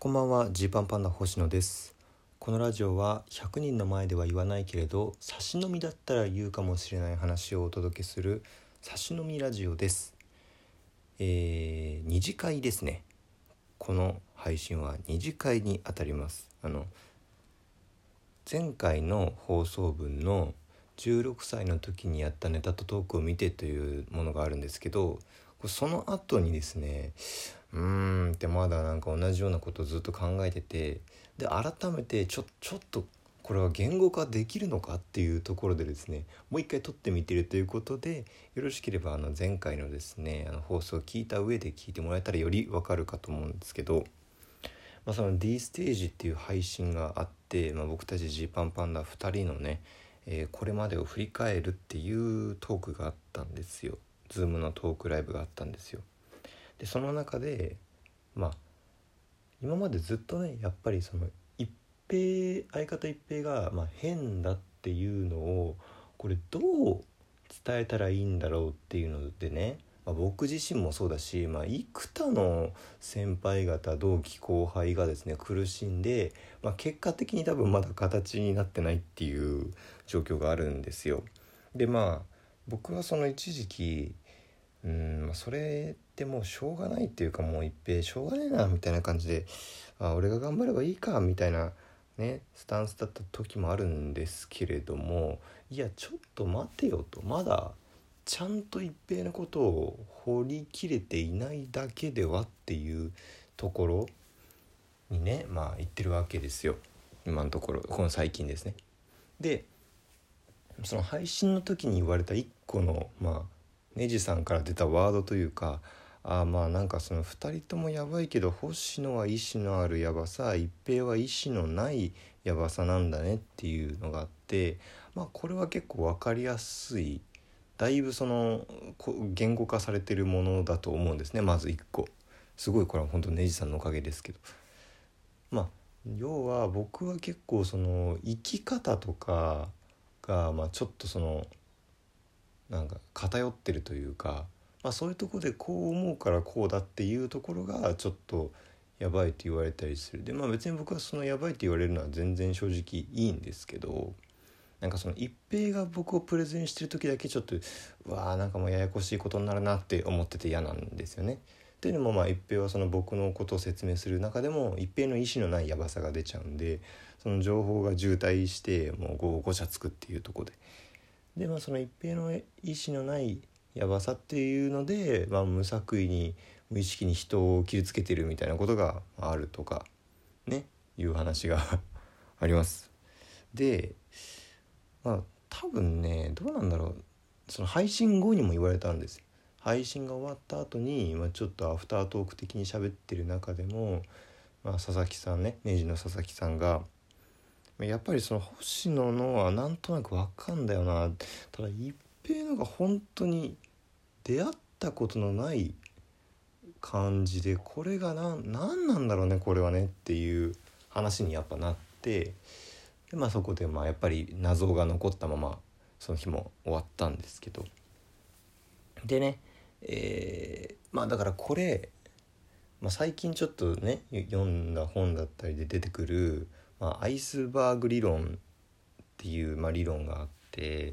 こんばんは、ジーパンパンダ星野です。このラジオは100人の前では言わないけれど差し飲みだったら言うかもしれない話をお届けする差し飲みラジオです。二次会ですね。この配信は二次会にあたります。前回の放送分の16歳の時にやったネタとトークを見てというものがあるんですけど、その後にですねってまだなんか同じようなことをずっと考えてて、で改めてちょっとこれは言語化できるのかっていうところでですね、もう一回撮ってみてるということで、よろしければ前回のですね放送を聞いた上で聞いてもらえたらよりわかるかと思うんですけど、その D ステージっていう配信があって、僕たちジーパンパンダ2人のね、これまでを振り返るっていうトークがあったんですよ。ズームのトークライブがあったんですよ。でその中で今までずっとねやっぱりその相方一平が変だっていうのをこれどう伝えたらいいんだろうっていうのでね、僕自身もそうだし、幾多の先輩方同期後輩がですね苦しんで、結果的に多分まだ形になってないっていう状況があるんですよ。で僕はその一時期それってもうしょうがないっていうか、もう一平しょうがねえなみたいな感じで、俺が頑張ればいいかみたいなねスタンスだった時もあるんですけれども、いやちょっと待てよと、まだちゃんと一平のことを掘りきれていないだけではっていうところにね言ってるわけですよ、今のところこの最近ですね。でその配信の時に言われた一個のネジさんから出たワードというか、なんかその2人ともやばいけど星野は意志のあるやばさ、一平は意志のないやばさなんだねっていうのがあって、これは結構分かりやすい、だいぶその言語化されてるものだと思うんですね。まず1個すごい、これは本当ネジさんのおかげですけど、要は僕は結構その生き方とかがちょっとそのなんか偏ってるというか、そういうところでこう思うからこうだっていうところがちょっとやばいと言われたりする。で別に僕はそのやばいって言われるのは全然正直いいんですけど、なんかその一平が僕をプレゼンしてる時だけちょっとなんかもうややこしいことになるなって思ってて嫌なんですよね。っていうのも一平はその僕のことを説明する中でも一平の意思のないやばさが出ちゃうんで、その情報が渋滞してもうごちゃつくっていうところで、その一平の意思のないやばさっていうので、無作為に無意識に人を傷つけてるみたいなことがあるとかねいう話があります。で多分ねどうなんだろう、その配信後にも言われたんですよ。配信が終わった後に、ちょっとアフタートーク的に喋ってる中でも、佐々木さんね、ネジの佐々木さんがやっぱりその星野のはなんとなくわかんだよな、ただ一平のが本当に出会ったことのない感じで、これがなんなんだろうねこれはねっていう話にやっぱなって、でそこでやっぱり謎が残ったままその日も終わったんですけど、でねだからこれ、最近ちょっとね読んだ本だったりで出てくる、アイスバーグ理論っていう、理論があって、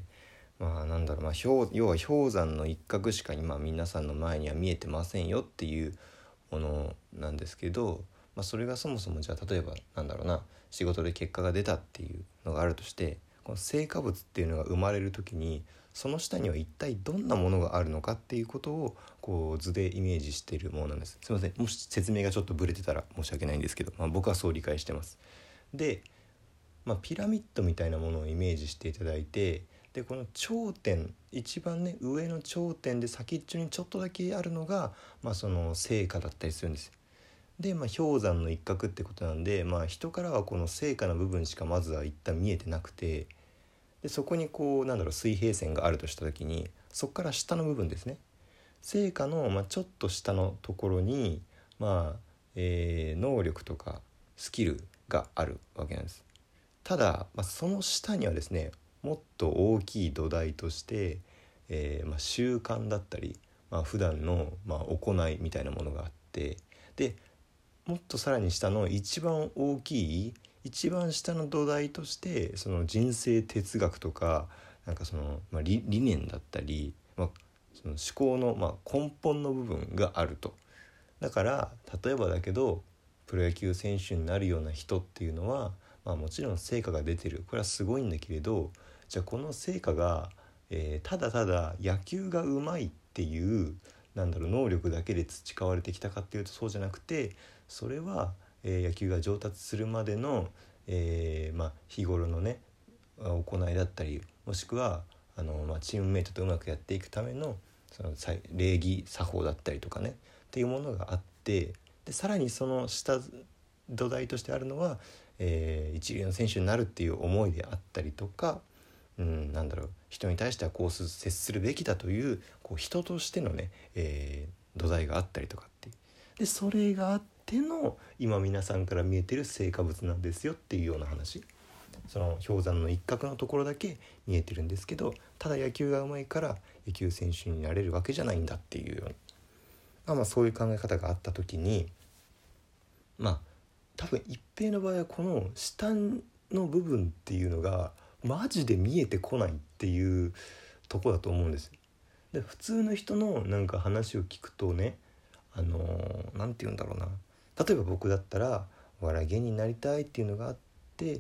なんだろう、要は氷山の一角しか今皆さんの前には見えてませんよっていうものなんですけど、それがそもそもじゃあ例えば仕事で結果が出たっていうのがあるとして、この成果物っていうのが生まれる時にその下には一体どんなものがあるのかっていうことをこう図でイメージしているものなんです。すいません、もし説明がちょっとブレてたら申し訳ないんですけど、僕はそう理解してます。で、ピラミッドみたいなものをイメージしていただいて、でこの頂点、一番ね上の頂点で先っちょにちょっとだけあるのが、その成果だったりするんです。で、氷山の一角ってことなんで、人からはこの成果の部分しかまずは一旦見えてなくて、でそこに水平線があるとした時に、そこから下の部分ですね、成果のちょっと下のところに能力とかスキルがあるわけなんです。ただ、その下にはですねもっと大きい土台として、習慣だったり、普段の行いみたいなものがあって、でもっとさらに下の一番大きい一番下の土台としてその人生哲学とかなんかその、理念だったり、その思考の、根本の部分があると。だから例えばだけどプロ野球選手になるような人っていうのは、もちろん成果が出てる、これはすごいんだけれど、じゃあこの成果が、ただただ野球がうまいっていう能力だけで培われてきたかっていうとそうじゃなくて、それは、野球が上達するまでの、日頃のね行いだったり、もしくはチームメイトとうまくやっていくためのその礼儀作法だったりとかねっていうものがあって、でさらにその下土台としてあるのは、一流の選手になるっていう思いであったりとか、人に対してはこう接するべきだという、人としてのね、土台があったりとかっていうで、それがあっての今皆さんから見えてる成果物なんですよっていうような話。その氷山の一角のところだけ見えてるんですけど、ただ野球がうまいから野球選手になれるわけじゃないんだっていうような、そういう考え方があった時に、多分一平の場合はこの下の部分っていうのがマジで見えてこないっていうとこだと思うんです。で普通の人の話を聞くとね、なんて言うんだろうな、例えば僕だったらお笑い芸人になりたいっていうのがあって、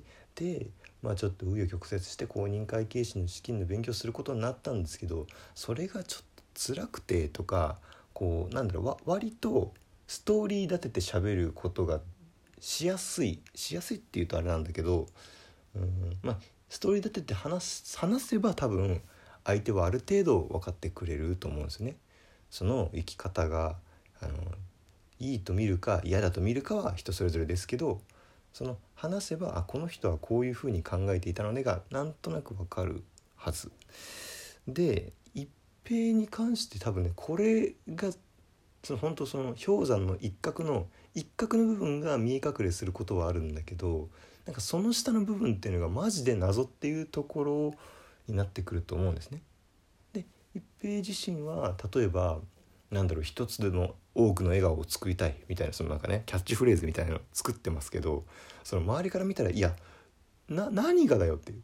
でちょっと紆余曲折して公認会計士の試験の勉強することになったんですけど、それがちょっと辛くてとか、割とストーリー立てて喋ることがしやすいっていうとあれなんだけど、ストーリー立てて話せば多分相手はある程度分かってくれると思うんですね。その生き方がいいと見るか嫌だと見るかは人それぞれですけど、その話せばこの人はこういうふうに考えていたのでがなんとなく分かるはずで、一平に関して多分ね、これが本当その氷山の一角の部分が見え隠れすることはあるんだけど、その下の部分っていうのがマジで謎っていうところになってくると思うんですね。で一平自身は例えば一つでも多くの笑顔を作りたいみたいなキャッチフレーズみたいなの作ってますけど、その周りから見たら何がだよっていう、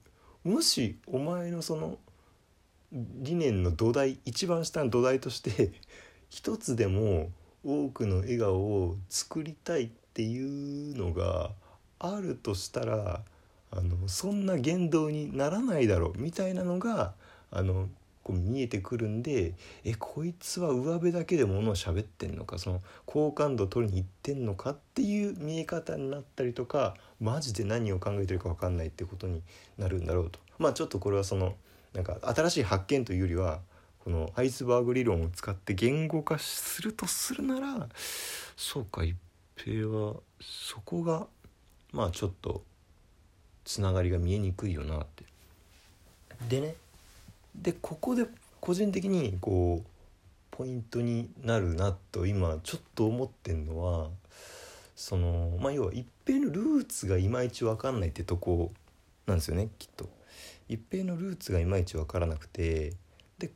もしお前のその理念の土台、一番下の土台として一つでも多くの笑顔を作りたいっていうのがあるとしたら、そんな言動にならないだろうみたいなのが見えてくるんで、こいつは上辺だけで物を喋ってんのか、その好感度取りに行ってんのかっていう見え方になったりとか、マジで何を考えてるか分かんないってことになるんだろうと。ちょっとこれは新しい発見というよりは、このアイスバーグ理論を使って言語化するとするなら、そうか、一平はそこがちょっとつながりが見えにくいよなって。でここで個人的にポイントになるなと今ちょっと思ってんのは、要は一平のルーツがいまいち分かんないってとこなんですよね。きっと一平のルーツがいまいち分からなくて、で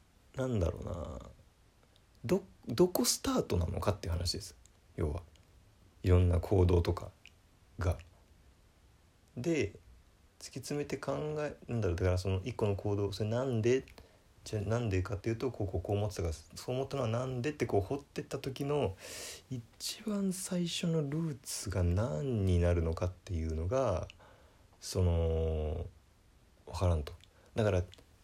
どこスタートなのかっていう話です。要はいろんな行動とかがで突き詰めて考えだからその一個の行動、それなんでかっていうとこう思ってたから、そう思ったのはなんでって掘ってった時の一番最初のルーツが何になるのかっていうのが分からんと。だから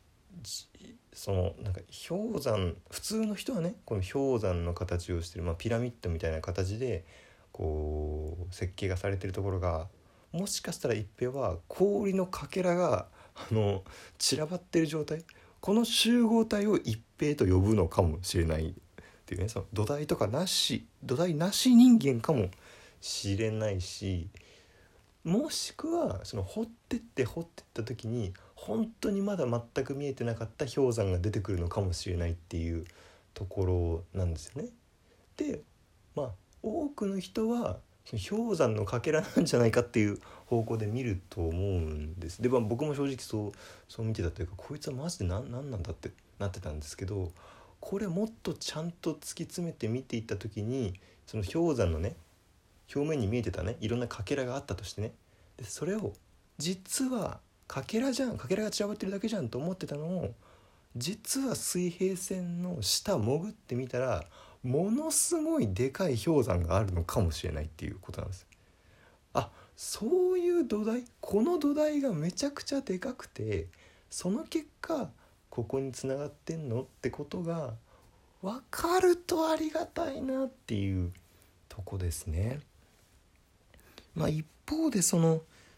氷山、普通の人はねこの氷山の形をしてる、ピラミッドみたいな形で設計がされてるところが、もしかしたら一平は氷のかけらが散らばってる状態、この集合体を一平と呼ぶのかもしれないっていうね、その土台なし人間かもしれないし、もしくはその掘ってった時に本当にまだ全く見えてなかった氷山が出てくるのかもしれないっていうところなんですよね。で多くの人は氷山のかけらなんじゃないかっていう方向で見ると思うんです。で、僕も正直そう見てたというか、こいつはマジで何なんだってなってたんですけど、これもっとちゃんと突き詰めて見ていった時に、その氷山のね表面に見えてたねいろんなかけらがあったとしてね、でそれを実はかけらが散らばってるだけじゃんと思ってたのを、実は水平線の下潜ってみたらものすごいでかい氷山があるのかもしれないっていうことなんです。あ、そういう土台、この土台がめちゃくちゃでかくて、その結果ここに繋がってんのってことが分かるとありがたいなっていうとこですね。一方でそ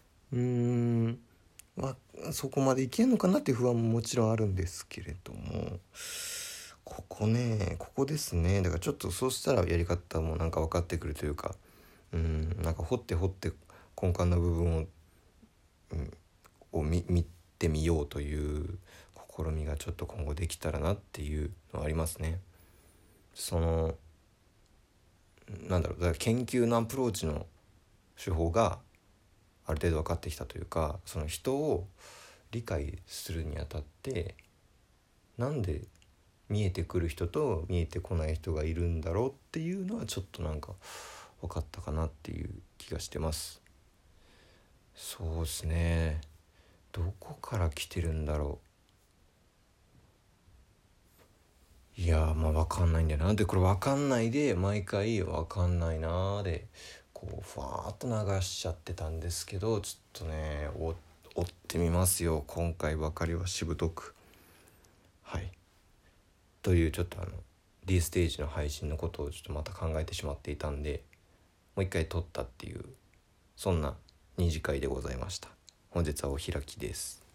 こまでいけんのかなっていう不安ももちろんあるんですけれども、ここですね。だからちょっとそうしたらやり方もなんか分かってくるというか、なんか掘って根幹の部分を見てみようという試みがちょっと今後できたらなっていうのはありますね。だから研究のアプローチの手法がある程度分かってきたというか、その人を理解するにあたってなんで見えてくる人と見えてこない人がいるんだろうっていうのはちょっとなんか分かったかなっていう気がしてます。そうですね、どこから来てるんだろう。いや分かんないんだよな。でこれ分かんないで毎回分かんないなでこうふわーっと流しちゃってたんですけど、ちょっとね追ってみますよ今回ばかりはしぶとく。はいというちょっとD ステージの配信のことをちょっとまた考えてしまっていたんで、もう一回撮ったっていうそんな二次会でございました。本日はお開きです。